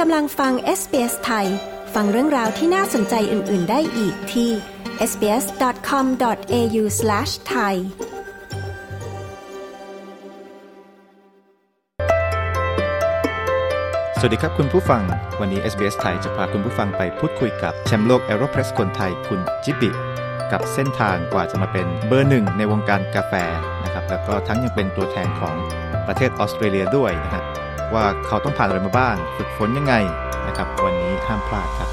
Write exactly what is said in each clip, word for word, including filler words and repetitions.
กำลังฟัง เอส บี เอส ไทยฟังเรื่องราวที่น่าสนใจอื่นๆได้อีกที่ เอส บี เอส ดอท คอม ดอท เอ ยู สแลช ไทยสวัสดีครับคุณผู้ฟังวันนี้ เอส บี เอส ไทยจะพาคุณผู้ฟังไปพูดคุยกับแชมป์โลก Aeropress คนไทยคุณจิบบิกับเส้นทางกว่าจะมาเป็นเบอร์หนึ่งในวงการกาแฟนะครับแล้วก็ทั้งยังเป็นตัวแทนของประเทศออสเตรเลียด้วยนะฮะว่าเขาต้องผ่านอะไรมาบ้างฝึกฝนยังไงนะครับวันนี้ห้ามพลาดครับ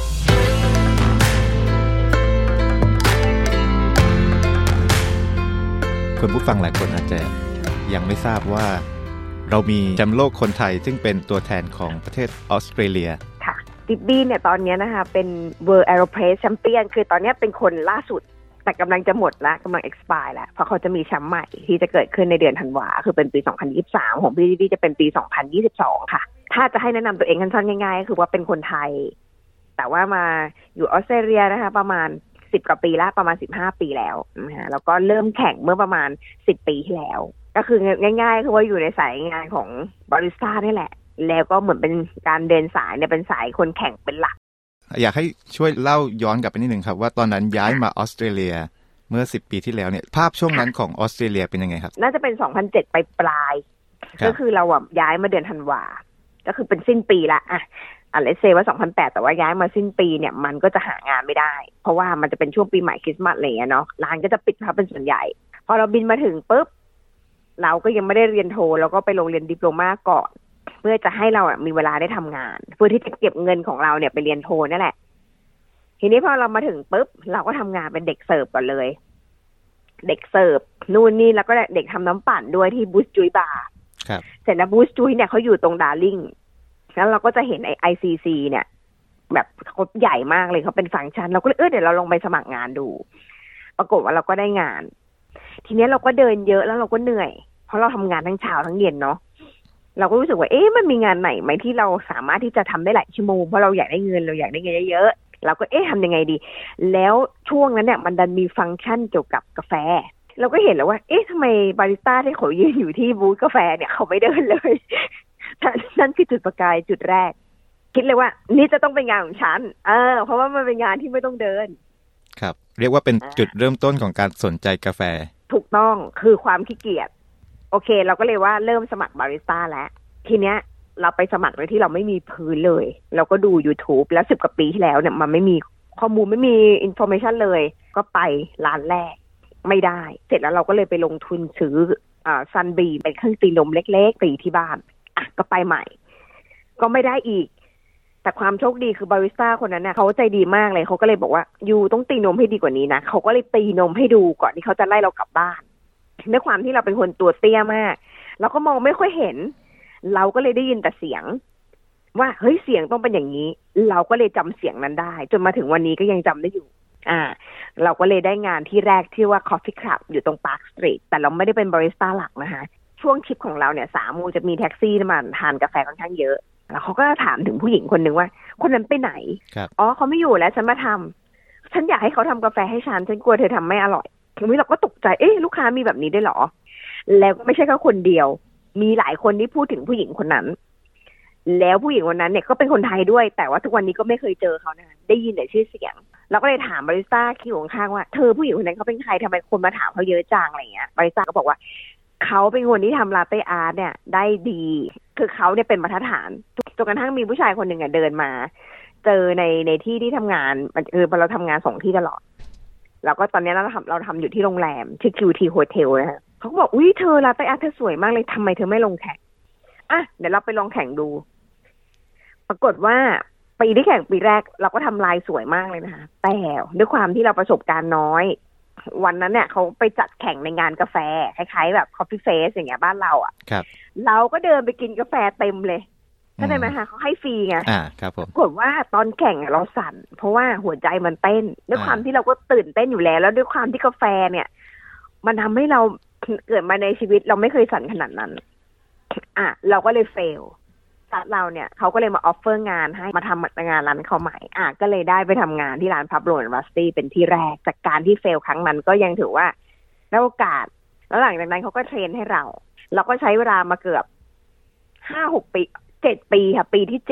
คุณผู้ฟังหลายคนอาจจะยังไม่ทราบว่าเรามีแชมป์โลกคนไทยซึ่งเป็นตัวแทนของประเทศออสเตรเลียค่ะจิบบี้เนี่ยตอนนี้นะคะเป็น World Aeropress Champion คือตอนนี้เป็นคนล่าสุดแต่กำลังจะหมดแล้วกำลัง expire แล้วเพราะเขาจะมีแชมป์ใหม่ที่จะเกิดขึ้นในเดือนธันวาคือเป็นปีสองพันยี่สิบสามของพี่จิบบี้จะเป็นปีสองพันยี่สิบสองค่ะถ้าจะให้แนะนำตัวเองสั้นๆง่ายๆก็คือว่าเป็นคนไทยแต่ว่ามาอยู่ออสเตรเลียนะคะประมาณสิบกว่าปีแล้วประมาณสิบห้าปีแล้วนะคะแล้วก็เริ่มแข่งเมื่อประมาณสิบปีที่แล้วก็คือง่ายๆคือว่าอยู่ในสายงานของบาริสต้านี่แหละแล้วก็เหมือนเป็นการเดินสายเนี่ยเป็นสายคนแข่งเป็นหลักอยากให้ช่วยเล่าย้อนกลับไปนิดนึงครับว่าตอนนั้นย้ายมาออสเตรเลียเมื่อสิบปีที่แล้วเนี่ยภาพช่วงนั้นของออสเตรเลียเป็นยังไงครับน่าจะเป็นสองพันเจ็ดปลายๆก็คือเราอ่ะย้ายมาเดือนธันวาก็คือเป็นสิ้นปีละอ่ะอ่ะเลทเซว่าสองพันแปดแต่ว่าย้ายมาสิ้นปีเนี่ยมันก็จะหางานไม่ได้เพราะว่ามันจะเป็นช่วงปีใหม่คริสต์มาสอะไรอย่างเงี้ยเนาะร้านก็จะปิดครับเป็นส่วนใหญ่พอเราบินมาถึงปุ๊บเราก็ยังไม่ได้เรียนโทแล้วก็ไปลงเรียนดิโพลมาก่อนเพื่อจะให้เราอ่ะมีเวลาได้ทำงานเพื่อที่จะเก็บเงินของเราเนี่ยไปเรียนโทนั่นแหละทีนี้พอเรามาถึงปุ๊บเราก็ทำงานเป็นเด็กเสิร์ฟก่อนเลยเด็กเสิร์ฟนู่นนี่แล้วก็เด็กทำน้ำปั่นด้วยที่บูสจุยบาร์เสร็จแล้วบูสจุยเนี่ยเขาอยู่ตรงดาร์ลิงแล้วเราก็จะเห็นไอไอซีซีเนี่ยแบบเขาใหญ่มากเลยเขาเป็นฟังก์ชันเราก็เลยเออเดี๋ยวเราลองไปสมัครงานดูปรากฏว่าเราก็ได้งานทีนี้เราก็เดินเยอะแล้วเราก็เหนื่อยเพราะเราทำงานทั้งเช้าทั้งเย็นเนาะเราก็รู้สึกว่าเอ๊ะมันมีงานไหนไหมที่เราสามารถที่จะทำได้หลายชั่วโมงเพราะเราอยากได้เงินเราอยากได้เงินเยอะๆเราก็เอ๊ะทำยังไงดีแล้วช่วงนั้นเนี่ยมันดันมีฟังก์ชันเกี่ยวกับกาแฟเราก็เห็นแล้วว่าเอ๊ะทำไมบาริสต้าที่เขายืนอยู่ที่บูธกาแฟเนี่ยเขาไม่เดินเลยนั่นคือจุดประกายจุดแรกคิดเลยว่านี่จะต้องเป็นงานของฉันเออเพราะว่ามันเป็นงานที่ไม่ต้องเดินครับเรียกว่าเป็นจุดเริ่มต้นของการสนใจกาแฟถูกต้องคือความขี้เกียจโอเคเราก็เลยว่าเริ่มสมัครบาริสต้าแล้วทีเนี้ยเราไปสมัครโดยที่เราไม่มีพื้นเลยเราก็ดู YouTube แล้วสิบกว่าปีที่แล้วเนี่ยมันไม่มีข้อมูลไม่มีอินโฟเมชันเลยก็ไปร้านแรกไม่ได้เสร็จแล้วเราก็เลยไปลงทุนซื้ออ่าซันบีเป็นเครื่องตีนมเล็กๆตีที่บ้านอ่ะก็ไปใหม่ก็ไม่ได้อีกแต่ความโชคดีคือบาริสต้าคนนั้นเนี่ยเขาใจดีมากเลยเขาก็เลยบอกว่ายูต้องตีนมให้ดีกว่านี้นะเขาก็เลยตีนมให้ดูก่อนที่เขาจะไล่เรากลับบ้านด้วยความที่เราเป็นคนตัวเตี้ยมากเราก็มองไม่ค่อยเห็นเราก็เลยได้ยินแต่เสียงว่าเฮ้ยเสียงต้องเป็นอย่างนี้เราก็เลยจำเสียงนั้นได้จนมาถึงวันนี้ก็ยังจำได้อยู่อ่าเราก็เลยได้งานที่แรกที่ว่า Coffee Club อยู่ตรง Park Street แต่เราไม่ได้เป็นบาริสต้าหลักนะคะช่วงทริปของเราเนี่ยสามโมงจะมีแท็กซี่มาทานกาแฟค่อนข้างเยอะแล้วเขาก็ถามถึงผู้หญิงคนนึงว่าคนนั้นไปไหนอ๋อเขาไม่อยู่แล้วฉันมาทำฉันอยากให้เขาทำกาแฟให้ฉันฉันกลัวเธอทำไม่อร่อยทีนี้เราก็ตกใจเอ๊ะลูกค้ามีแบบนี้ได้หรอแล้วไม่ใช่แค่คนเดียวมีหลายคนที่พูดถึงผู้หญิงคนนั้นแล้วผู้หญิงคนนั้นเนี่ยก็เป็นคนไทยด้วยแต่ว่าทุกวันนี้ก็ไม่เคยเจอเขานะได้ยินแต่ชื่อเสียงเราก็เลยถามบาริสต้าคิวข้างๆว่าเธอผู้หญิงคนนั้นเขาเป็นใครทำไมคนมาถามเขาเยอะจังอะไรเงี้ยบาริสต้าก็บอกว่าเขาเป็นคนที่ทำลาเต้อาร์ตเนี่ยได้ดีคือเขาเนี่ยเป็นมาตรฐานจนกระทั่งมีผู้ชายคนหนึ่งอ่ะเดินมาเจอในในที่ที่ทำงานเออเราทำงานสองที่ตลอดแล้วก็ตอนนี้เราทำเราทำอยู่ที่โรงแรมชื่อ คิว ที Hotel นะฮะเขาก็บอกอุ้ยเธอลาเต้อาร์ตเธอสวยมากเลยทำไมเธอไม่ลงแข่งอ่ะเดี๋ยวเราไปลองแข่งดูปรากฏว่าปีที่แข่งปีแรกเราก็ทำลายสวยมากเลยนะคะแต่ด้วยความที่เราประสบการณ์น้อยวันนั้นเนี่ยเขาไปจัดแข่งในงานกาแฟคล้ายๆแบบ Coffee Face อย่างเงี้ยบ้านเราอ่ะครับเราก็เดินไปกินกาแฟเต็มเลยเข้าใจไหมคะเขาให้ฟรีไงอ่าครับผมปรากฏว่าตอนแข่งเราสั่นเพราะว่าหัวใจมันเต้นด้วยความที่เราก็ตื่นเต้นอยู่แล้วแล้วด้วยความที่กาแฟเนี่ยมันทำให้เราเกิดมาในชีวิตเราไม่เคยสั่นขนาดนั้นอ่ะเราก็เลยเฟลเราเนี่ยเขาก็เลยมาออฟเฟอร์งานให้มาทำงานร้านเขาใหม่อ่ะก็เลยได้ไปทำงานที่ร้านพับโรนรัสตี้เป็นที่แรกจากการที่เฟลครั้งนั้นก็ยังถือว่าได้โอกาสแล้วหลังจากนั้นเขาก็เทรนให้เราเราก็ใช้เวลามาเกือบห้าหกปีเจ็ดปีค่ะปีที่เจ็ด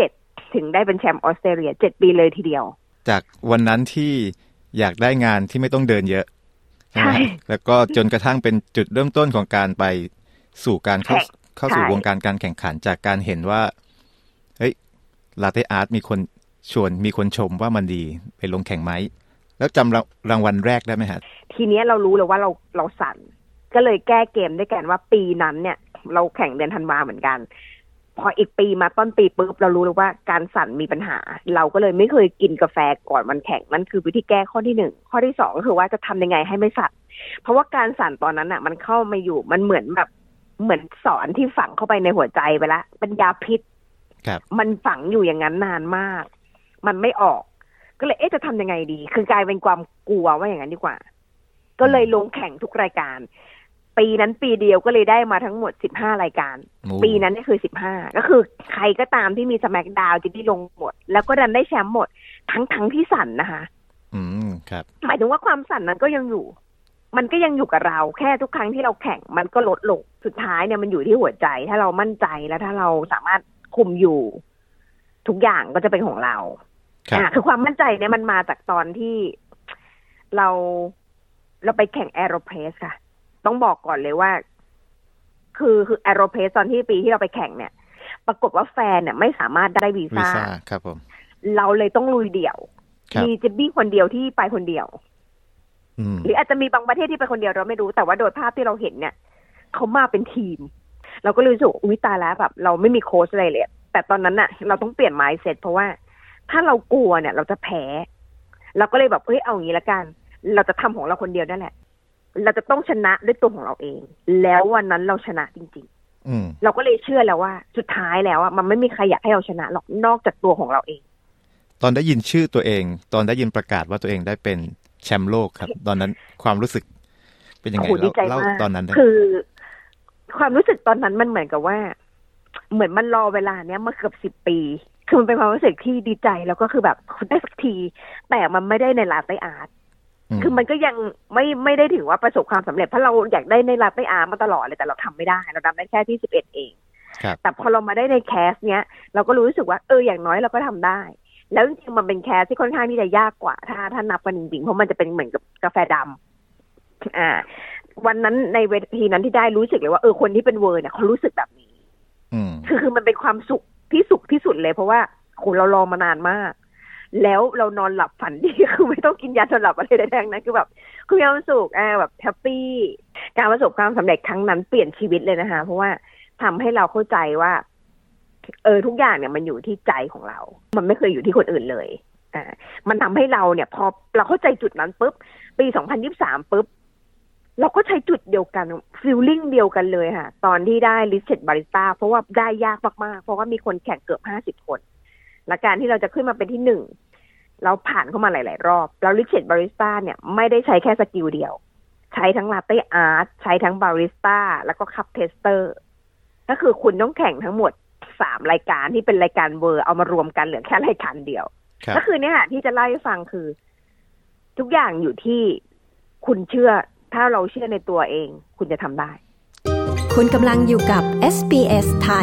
ถึงได้เป็นแชมป์ออสเตรเลียเจ็ดปีเลยทีเดียวจากวันนั้นที่อยากได้งานที่ไม่ต้องเดินเยอะใช่ไหมแล้วก็จนกระทั่งเป็นจุดเริ่มต้นของการไปสู่การเข้าเข้าสู่วงการการแข่งขันจากการเห็นว่าเฮ้ยลาเต้อาร์ตมีคนชวนมีคนชมว่ามันดีไปลงแข่งไหมแล้วจำรางวัลแรกได้ไหมฮะทีนี้เรารู้เลยว่าเราเราสั่นก็เลยแก้เกมด้วยกันว่าปีนั้นเนี่ยเราแข่งเดือนธันวาเหมือนกันพออีกปีมาต้นปีปุ๊บเรารู้เลยว่าการสั่นมีปัญหาเราก็เลยไม่เคยกินกาแฟก่อนวันแข่งนั่นคือวิธีแก้ข้อที่หนึ่งข้อที่สองก็คือว่าจะทำยังไงให้ไม่สั่นเพราะว่าการสั่นตอนนั้นอ่ะมันเข้ามาอยู่มันเหมือนแบบเหมือนสอนที่ฝังเข้าไปในหัวใจไปละเป็นยาพิษมันฝังอยู่อย่างนั้นนานมากมันไม่ออกก็เลยเอ๊ะจะทำยังไงดีคือกลายเป็นความกลัวว่าอย่างนั้นดีกว่าก็เลยลงแข่งทุกรายการปีนั้นปีเดียวก็เลยได้มาทั้งหมดสิบห้ารายการปีนั้นนี่คือสิบห้าก็คือใครก็ตามที่มีสแมคดาวน์จะได้ลงหมดแล้วก็ดันได้แชมป์หมดทั้งทั้งที่สั่นนะคะอืมครับหมายถึงว่าความสั่นนั้นก็ยังอยู่มันก็ยังอยู่กับเราแค่ทุกครั้งที่เราแข่งมันก็ลดลงสุดท้ายเนี่ยมันอยู่ที่หัวใจถ้าเรามั่นใจแล้วถ้าเราสามารถคุมอยู่ทุกอย่างก็จะเป็นของเราอ่าคือความมั่นใจเนี่ยมันมาจากตอนที่เราเราไปแข่งแอโรเพรสค่ะต้องบอกก่อนเลยว่าคือคือแอโรเพรสตอนที่ปีที่เราไปแข่งเนี่ยปรากฏว่าแฟนเนี่ยไม่สามารถได้วีซ่าครับผมเราเลยต้องลุยเดี่ยวมีเจบบี้คนเดียวที่ไปคนเดียวหรืออาจจะมีบางประเทศที่ไปคนเดียวเราไม่รู้แต่ว่าโดยภาพที่เราเห็นเนี่ยเขามาเป็นทีมเราก็เลยรู้สึกอุ๊ยตายแล้วแบบเราไม่มีโค้ชอะไรเลยแต่ตอนนั้นน่ะเราต้องเปลี่ยน mindset เพราะว่าถ้าเรากลัวเนี่ยเราจะแพ้เราก็เลยแบบเฮ้ยเอาอย่างนี้ละกันเราจะทำของเราคนเดียวนั่นแหละเราจะต้องชนะด้วยตัวของเราเองแล้ววันนั้นเราชนะจริงๆเราก็เลยเชื่อแล้วว่าสุดท้ายแล้วอ่ะมันไม่มีใครอยากให้เราชนะหรอกนอกจากตัวของเราเองตอนได้ยินชื่อตัวเองตอนได้ยินประกาศว่าตัวเองได้เป็นแชมป์โลกครับตอนนั้นความรู้สึกเป็นยังไงเล่าตอนนั้นคือความรู้สึกตอนนั้นมันเหมือนกับว่าเหมือนมันรอเวลาเนี้ยมาเกือบสิบปีคือมันเป็นความรู้สึกที่ดีใจแล้วก็คือแบบได้สักทีแต่มันไม่ได้ในลาเต้อาร์ตคือมันก็ยังไม่ไม่ได้ถึงว่าประสบความสำเร็จเพราะเราอยากได้ในลาเต้อาร์ตมาตลอดเลยแต่เราทำไม่ได้เราทำได้แค่ที่สิบเอ็ดเองแต่พอเรามาได้ในแคสเนี้ยเราก็รู้สึกว่าเอออย่างน้อยเราก็ทำได้แล้วจริงๆมันเป็นแคสที่ค่อนข้างที่จะยากกว่าถ้าถ้านับกันจริงๆเพราะมันจะเป็นเหมือนกับกาแฟดำอ่าวันนั้นในเวทีนั้นที่ได้รู้สึกเลยว่าเออคนที่เป็นเวอร์เนี่ยเขารู้สึกแบบนี้คือคือมันเป็นความสุขที่สุขที่สุดเลยเพราะว่าโหเรารอมานานมากแล้วเรานอนหลับฝันดีคือไม่ต้องกินยาสลับอะไรใดๆนะคือแบบคือมีความสุขอ่าแบบแฮปปี้การประสบความสำเร็จครั้งนั้นเปลี่ยนชีวิตเลยนะคะเพราะว่าทำให้เราเข้าใจว่าเออทุกอย่างเนี่ยมันอยู่ที่ใจของเรามันไม่เคยอยู่ที่คนอื่นเลยอ่ามันทำให้เราเนี่ยพอเราเข้าใจจุดนั้นปุ๊บปีสองพันยี่สิบสามปุ๊บเราก็ใช้จุดเดียวกันฟีลลิ่งเดียวกันเลยค่ะตอนที่ได้ลิสเต็ดบาริสต้าเพราะว่าได้ยากมากๆเพราะว่ามีคนแข่งเกือบห้าสิบคนและการที่เราจะขึ้นมาเป็นที่หนึ่งเราผ่านเข้ามาหลายๆรอบแล้วลิสเต็ดบาริสต้าเนี่ยไม่ได้ใช้แค่สกิลเดียวใช้ทั้งลาเต้อาร์ตใช้ทั้งบาริสต้าแล้วก็คัพเทสเตอร์ก็คือคุณต้องแข่งทั้งหมดสามรายการที่เป็นรายการเวอร์เอามารวมกันเหลือแค่รายการเดียวก็คือเนี่ยค่ะที่จะเล่าให้ฟังคือทุกอย่างอยู่ที่คุณเชื่อถ้าเราเชื่อในตัวเองคุณจะทำได้คุณกำลังอยู่กับ เอส บี เอส ไทย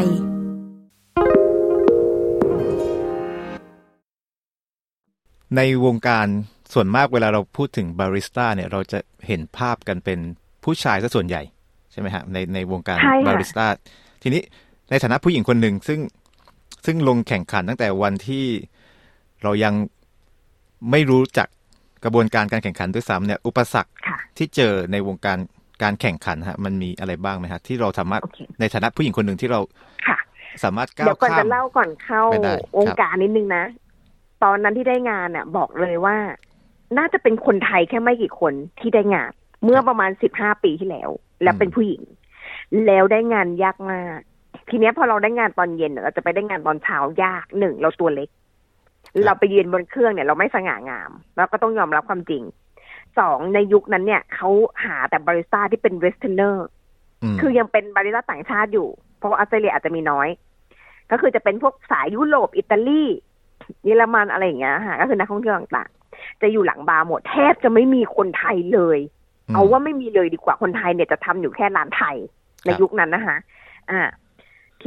ในวงการส่วนมากเวลาเราพูดถึงบาริสต้าเนี่ยเราจะเห็นภาพกันเป็นผู้ชายซะส่วนใหญ่ใช่ไหมฮะในในวงการบาริสต้าทีนี้ในฐานะผู้หญิงคนหนึ่งซึ่งซึ่งลงแข่งขันตั้งแต่วันที่เรายังไม่รู้จักกระบวนการการแข่งขันด้วยซ้ำเนี่ยอุปสรรคที่เจอในวงการการแข่งขันฮะมันมีอะไรบ้างไหมฮะที่เราสามารถ okay. ในฐานะผู้หญิงคนหนึ่งที่เราสามารถก้าวข้ามเดี๋ยวก่อนจะเล่าก่อนเข้าวงการนิดนึงนะตอนนั้นที่ได้งานเนี่ยบอกเลยว่าน่าจะเป็นคนไทยแค่ไม่กี่คนที่ได้งานเมื่อประมาณสิบห้าปีที่แล้วและเป็นผู้หญิงแล้วได้งานยากมากทีนี้พอเราได้งานตอนเย็นเราจะไปได้งานตอนเช้ายากหนึ่งเราตัวเล็กเราไปยืนบนเครื่องเนี่ยเราไม่สง่างามแล้วก็ต้องยอมรับความจริงสองในยุคนั้นเนี่ยเขาหาแต่บาริสต้าที่เป็นเวสเทิร์นเนอร์คือยังเป็นบาริสต้าต่างชาติอยู่เพราะว่าออสเตรเลียอาจจะมีน้อยก็คือจะเป็นพวกสายยุโรปอิตาลีเยอรมันอะไรอย่างเงี้ยค่ะก็คือนักท่องเที่ยวต่างๆจะอยู่หลังบาร์หมดแทบจะไม่มีคนไทยเลยเอาว่าไม่มีเลยดีกว่าคนไทยเนี่ยจะทำอยู่แค่ร้านไทยในยุคนั้นนะคะอ่าทีเนี้ย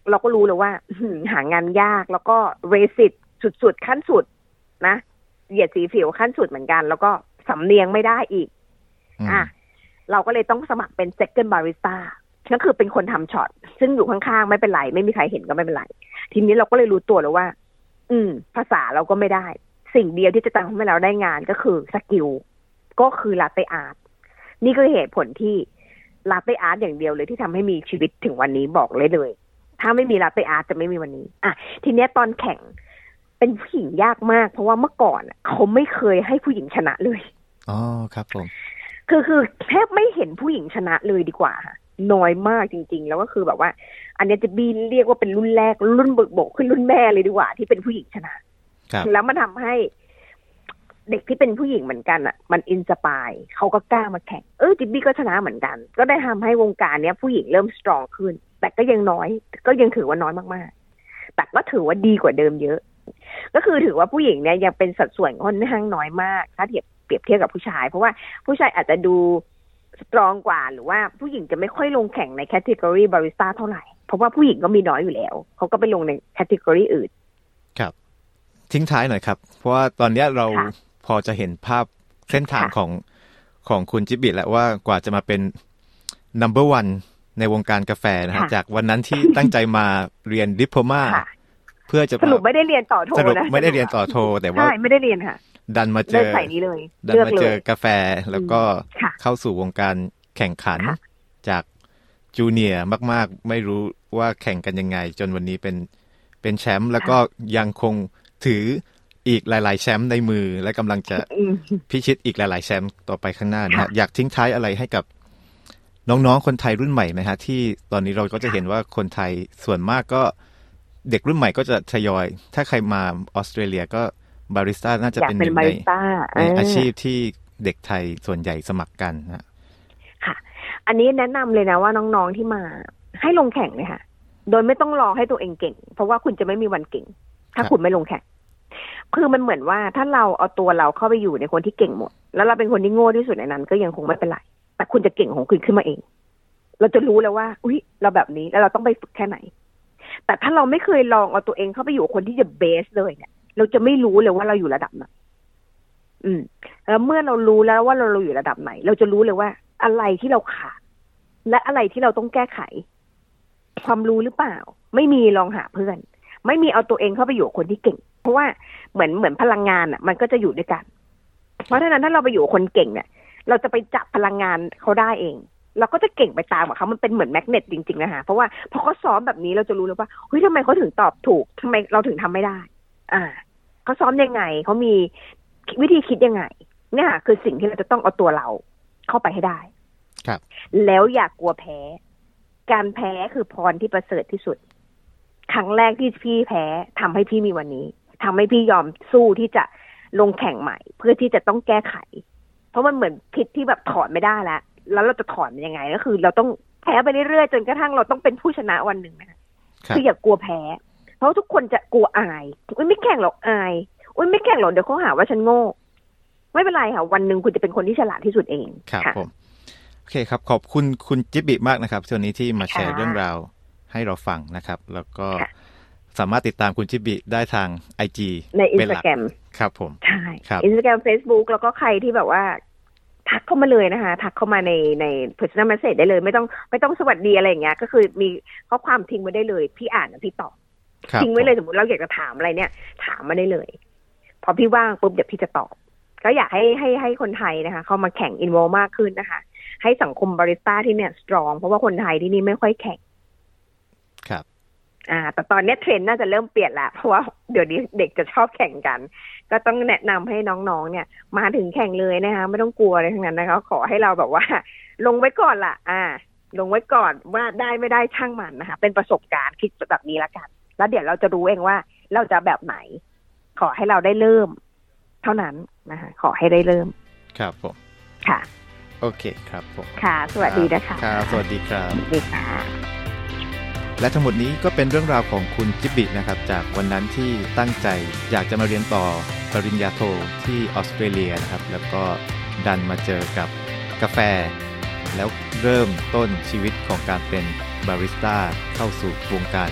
เราก็รู้เลยว่าหางานยากแล้วก็เรสิตสุดๆขั้นสุดนะเหยียดสีผิวขั้นสุดเหมือนกันแล้วก็สำเนียงไม่ได้อีกอ่ะเราก็เลยต้องสมัครเป็น second barista ก็คือเป็นคนทำช็อตซึ่งอยู่ข้างๆไม่เป็นไรไม่มีใครเห็นก็ไม่เป็นไรทีนี้เราก็เลยรู้ตัวแล้วว่าอืมภาษาเราก็ไม่ได้สิ่งเดียวที่จะทำให้เราได้งานก็คือสกิลก็คือลาเต้อาร์ตนี่คือเหตุผลที่ลาเต้อาร์ตอย่างเดียวเลยที่ทำให้มีชีวิตถึงวันนี้บอกเลยเลยถ้าไม่มีลาเต้อาร์ตจะไม่มีวันนี้อ่ะทีเนี้ยตอนแข่งเป็นผู้หญิงยากมากเพราะว่าเมื่อก่อนเขาไม่เคยให้ผู้หญิงชนะเลยอ๋อครับผมคือคือแทบไม่เห็นผู้หญิงชนะเลยดีกว่าค่ะน้อยมากจริงๆแล้วก็คือแบบว่าอันนี้จะบีเรียกว่าเป็นรุ่นแรกรุ่นเบิกโบกขึ้นรุ่นแม่เลยดีกว่าที่เป็นผู้หญิงชนะแล้วมันทำให้เด็กที่เป็นผู้หญิงเหมือนกันอ่ะมันอินสปายเขาก็กล้ามาแข่งเออจิบบี้ก็ชนะเหมือนกันก็ได้ทำให้วงการเนี้ยผู้หญิงเริ่มสตรองขึ้นแต่ก็ยังน้อยก็ยังถือว่าน้อยมากๆแต่ก็ถือว่าดีกว่าเดิมเยอะก็คือถือว่าผู้หญิงเนี่ยยังเป็นสัดส่วนค่อนข้างน้อยมากถ้าเทียบเปรียบเทียบกับผู้ชายเพราะว่าผู้ชายอาจจะดูสตรองกว่าหรือว่าผู้หญิงจะไม่ค่อยลงแข่งในแคตตากรีบาริสต้าเท่าไหร่เพราะว่าผู้หญิงก็มีน้อยอยู่แล้วเขาก็ไปลงในแคตตากรีอื่นครับทิ้งท้ายหน่อยครับเพราะว่าตอนนี้เราพอจะเห็นภาพเส้นทางของของคุณจิบบิแล้วว่ากว่าจะมาเป็น number one ในวงการกาแฟนะฮะจากวันนั้นที่ตั้งใจมาเรียนดิปโลมาเพื่อจะสรุปไม่ได้เรียนต่อโทนะไม่ได้เรียนต่อโทแต่ว่าใช่ไม่ได้เรียนค่ะดันมาเจอใส่นี้เลยดันมาเจอกาแฟแล้วก็เข้าสู่วงการแข่งขันจากจูเนียร์มากๆไม่รู้ว่าแข่งกันยังไงจนวันนี้เป็นเป็นแชมป์แล้วก็ยังคงถืออีกหลายๆแชมป์ในมือและกำลังจะพิชิตอีกหลายๆแชมป์ต่อไปข้างหน้านะฮะอยากทิ้งท้ายอะไรให้กับน้องๆคนไทยรุ่นใหม่ไหมฮะที่ตอนนี้เราก็จะเห็นว่าคนไทยส่วนมากก็เด็กรุ่นใหม่ก็จะทยอยถ้าใครมาออสเตรเลียก็บาริสต้าน่าจะเป็นหนึ่งในในอาชีพที่เด็กไทยส่วนใหญ่สมัครกันนะค่ะอันนี้แนะนำเลยนะว่าน้องๆที่มาให้ลงแข่งเลยค่ะโดยไม่ต้องรอให้ตัวเองเก่งเพราะว่าคุณจะไม่มีวันเก่งถ้าคุณไม่ลงแข่งคือมันเหมือนว่าถ้าเราเอาตัวเราเข้าไปอยู่ในคนที่เก่งหมดแล้วเราเป็นคนที่โง่ที่สุดในนั้นก็ยังคงไม่เป็นไรแต่คุณจะเก่งของคุณขึ้นมาเองเราจะรู้แล้วว่าอุ๊ยเราแบบนี้แล้วเราต้องไปฝึกแค่ไหนแต่ถ้าเราไม่เคยลองเอาตัวเองเข้าไปอยู่คนที่จะเบสเลยเนี่ยเราจะไม่รู้เลยว่าเราอยู่ระดับไหนอืมแล้วเมื่อเรารู้แล้วว่าเราอยู่ระดับไหนเราจะรู้เลยว่าอะไรที่เราขาดและอะไรที่เราต้องแก้ไขความรู้หรือเปล่าไม่มีลองหาเพื่อนไม่มีเอาตัวเองเข้าไปอยู่คนที่เก่งเพราะว่าเหมือนเหมือนพลังงานอ่ะมันก็จะอยู่ด้วยกันเพราะฉะนั้นถ้าเราไปอยู่คนเก่งเนี่ยเราจะไปจับพลังงานเขาได้เองเราก็จะเก่งไปตามกับเขามันเป็นเหมือนแมกเนตจริงๆนะคะเพราะว่าพอเขาซ้อมแบบนี้เราจะรู้เลยว่าเฮ้ยทำไมเขาถึงตอบถูกทำไมเราถึงทำไม่ได้อ่าเขาซ้อมยังไงเขามีวิธีคิดยังไงเนี่ยคือสิ่งที่เราจะต้องเอาตัวเราเข้าไปให้ได้ครับแล้วอย่ากกลัวแพ้การแพ้คือพรที่ประเสริฐที่สุดครั้งแรกที่พี่แพ้ทำให้พี่มีวันนี้ทำให้พี่ยอมสู้ที่จะลงแข่งใหม่เพื่อที่จะต้องแก้ไขเพราะมันเหมือนคิดที่แบบถอนไม่ได้แล้วแล้วเราจะถอนมันยังไงก็คือเราต้องแพ้ไปเรื่อยๆจนกระทั่งเราต้องเป็นผู้ชนะวันหนึ่งนะคะคืออย่ากลัวแพ้เพราะทุกคนจะกลัวอายอุ้ยไม่แข่งหรอกอายอุ้ยไม่แข่งหรอกเดี๋ยวเขาหาว่าฉันโง่ไม่เป็นไรค่ะวันหนึ่งคุณจะเป็นคนที่ฉลาดที่สุดเองครับผมโอเคครับขอบคุณคุณจิ๊บบิมากนะครับช่วงนี้ที่มาแชร์เรื่องราวให้เราฟังนะครับแล้วก็สามารถติดตามคุณจิ๊บบิได้ทาง ไอ จีใน Instagram ครับผมใช่ Instagram Facebook แล้วก็ใครที่แบบว่าทักเข้ามาเลยนะคะทักเข้ามาในใน personal message ได้เลยไม่ต้องไม่ต้องสวัสดีอะไรอย่างเงี้ยก็คือมีข้อความทิ้งไว้ได้เลยพี่อ่านพี่ตอบทิ้งไว้เลยสมมติเราอยากจะถามอะไรเนี่ยถามมาได้เลยพอพี่ว่างปุ๊บเดี๋ยวพี่จะตอบก็อยากให้ให้ให้คนไทยนะคะเข้ามาแข่ง involve มากขึ้นนะคะให้สังคมบาริสต้าที่เนี่ย strong เพราะว่าคนไทยที่นี่ไม่ค่อยแข่งครับอ่าแต่ตอนนี้เทรนด์น่าจะเริ่มเปลี่ยนละเพราะว่าเดี๋ยวนี้เด็กจะชอบแข่งกันก็ต้องแนะนำให้น้องๆเนี่ยมาถึงแข่งเลยนะคะไม่ต้องกลัวอะไรทั้งนั้นนะคะขอให้เราแบบว่าลงไว้ก่อนล่ะอ่าลงไว้ก่อนว่าได้ไม่ได้ช่างมันนะคะเป็นประสบการณ์คิดแบบนี้ละกันแล้วเดี๋ยวเราจะรู้เองว่าเราจะแบบไหนขอให้เราได้เริ่มเท่านั้นนะคะขอให้ได้เริ่มครับผมค่ะโอเคครับผมค่ะสวัสดีนะคะครับสวัสดีครับสวัสดีค่ะและทั้งหมดนี้ก็เป็นเรื่องราวของคุณจิ๊บบินะครับจากวันนั้นที่ตั้งใจอยากจะมาเรียนต่อปริญญาโทที่ออสเตรเลียนะครับแล้วก็ดันมาเจอกับกาแฟแล้วเริ่มต้นชีวิตของการเป็นบาริสต้าเข้าสู่วงการ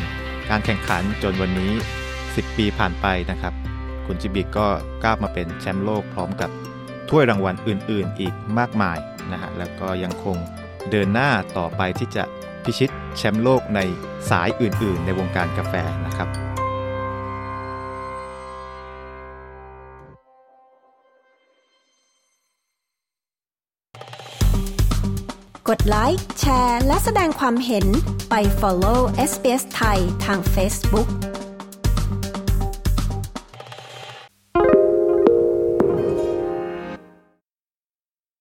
การแข่งขันจนวันนี้สิบปีผ่านไปนะครับคุณจิบิก็ก้าวมาเป็นแชมป์โลกพร้อมกับถ้วยรางวัลอื่นๆอีกมากมายนะฮะแล้วก็ยังคงเดินหน้าต่อไปที่จะพิชิตแชมป์โลกในสายอื่นๆในวงการกาแฟนะครับกดไลค์แชร์และแสดงความเห็นไป follow เอส บี เอส ไทยทาง Facebook